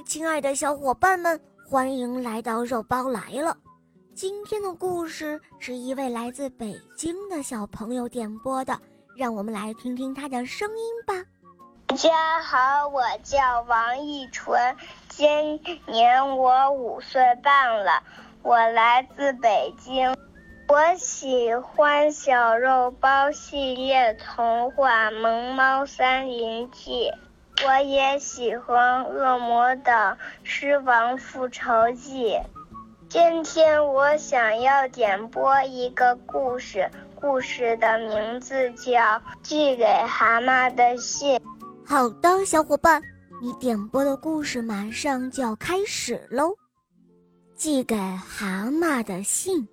亲爱的小伙伴们，欢迎来到肉包来了。今天的故事是一位来自北京的小朋友点播的，让我们来听听他的声音吧。 大家好，我叫王艺纯，今年我5岁半了，我来自北京。我喜欢小肉包系列童话《萌猫森林记》，我也喜欢恶魔岛狮王复仇记。今天我想要点播一个故事，故事的名字叫《寄给蛤蟆的信》。 好的，小伙伴，你点播的故事马上就要开始喽。寄给蛤蟆的信。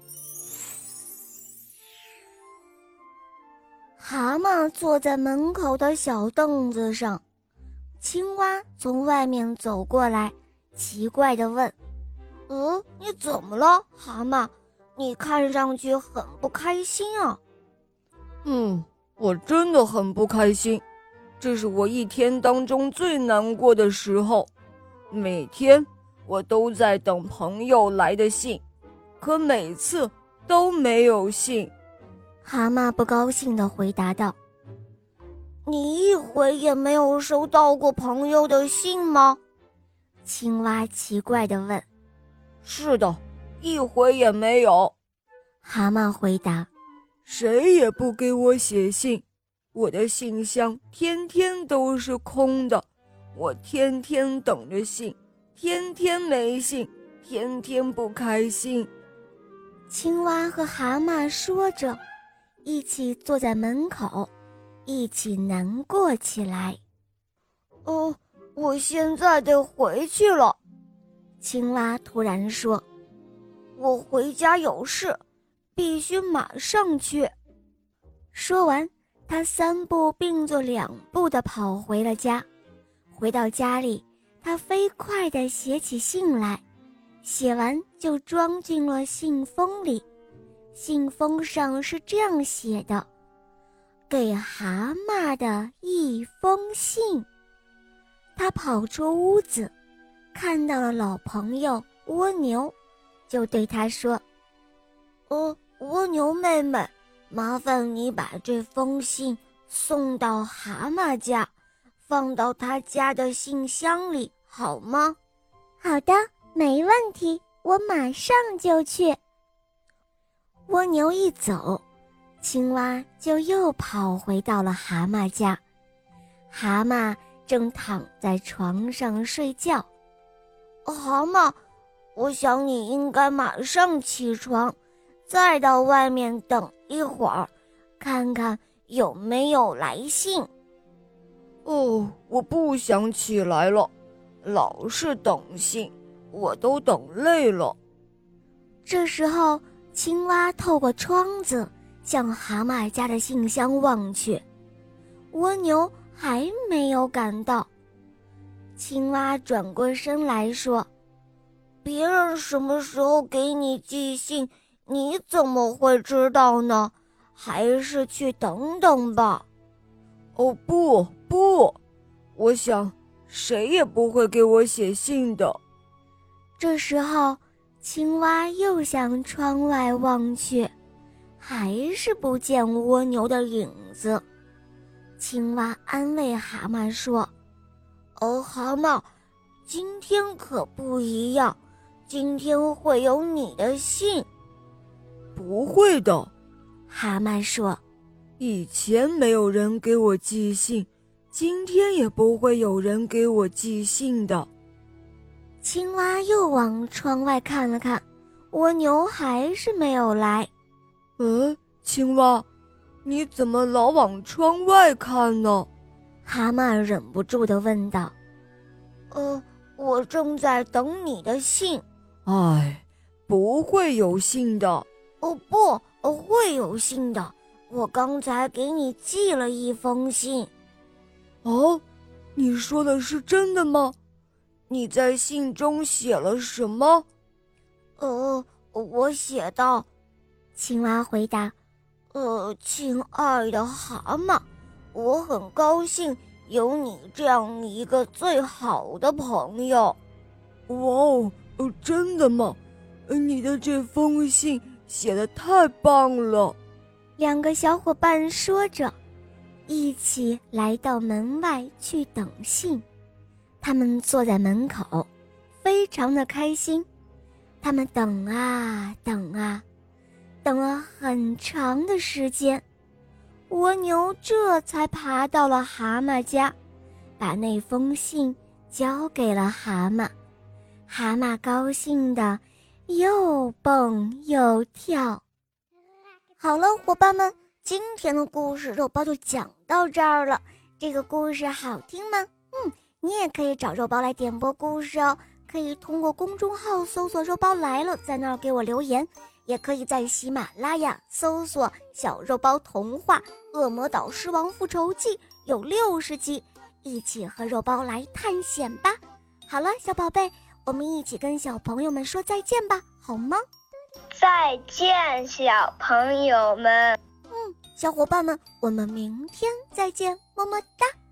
蛤蟆坐在门口的小凳子上，青蛙从外面走过来，奇怪地问：你怎么了，蛤蟆？你看上去很不开心啊。 我真的很不开心，这是我一天当中最难过的时候。每天我都在等朋友来的信，可每次都没有信。 蛤蟆不高兴地回答道：你一回也没有收到过朋友的信吗？青蛙奇怪地问。 是的，一回也没有。 蛤蟆回答。 谁也不给我写信，我的信箱天天都是空的，我天天等着信，天天没信，天天不开心。 青蛙和蛤蟆说着，一起坐在门口，一起难过起来。我现在得回去了。青蛙突然说：我回家有事，必须马上去。说完，他3步并作2步地跑回了家。回到家里，他飞快地写起信来，写完就装进了信封里。信封上是这样写的：给蛤蟆的一封信。他跑出屋子，看到了老朋友蜗牛，就对他说：蜗牛妹妹，麻烦你把这封信送到蛤蟆家，放到他家的信箱里好吗？好的，没问题，我马上就去。蜗牛一走，青蛙就又跑回到了蛤蟆家。蛤蟆正躺在床上睡觉。蛤蟆，我想你应该马上起床，再到外面等一会儿，看看有没有来信。 我不想起来了，老是等信，我都等累了。 这时候，青蛙透过窗子向蛤蟆家的信箱望去，蜗牛还没有赶到。青蛙转过身来说：别人什么时候给你寄信，你怎么会知道呢？还是去等等吧。 不，我想谁也不会给我写信的。 这时候，青蛙又向窗外望去，还是不见蜗牛的影子。青蛙安慰蛤蟆说：蛤蟆，今天可不一样，今天会有你的信。 不会的， 蛤蟆说， 以前没有人给我寄信，今天也不会有人给我寄信的。 青蛙又往窗外看了看，蜗牛还是没有来。 青蛙，你怎么老往窗外看呢？ 蛤蟆忍不住地问道。我正在等你的信。 不会有信的。 不，会有信的，我刚才给你寄了一封信。 你说的是真的吗？你在信中写了什么？ 我写道，青蛙回答，亲爱的蛤蟆，我很高兴有你这样一个最好的朋友。 哇哦，真的吗？你的这封信写得太棒了。 两个小伙伴说着，一起来到门外去等信。他们坐在门口，非常的开心。他们等啊等啊，等了很长的时间，蜗牛这才爬到了蛤蟆家，把那封信交给了蛤蟆。蛤蟆高兴的又蹦又跳。好了，伙伴们，今天的故事肉包就讲到这儿了。这个故事好听吗？你也可以找肉包来点播故事哦，可以通过公众号搜索肉包来了，在那儿给我留言，也可以在喜马拉雅搜索小肉包童话恶魔岛狮王复仇记，有60集，一起和肉包来探险吧。好了，小宝贝，我们一起跟小朋友们说再见吧，好吗？ 再见，小朋友们。 小伙伴们，我们明天再见，么么哒。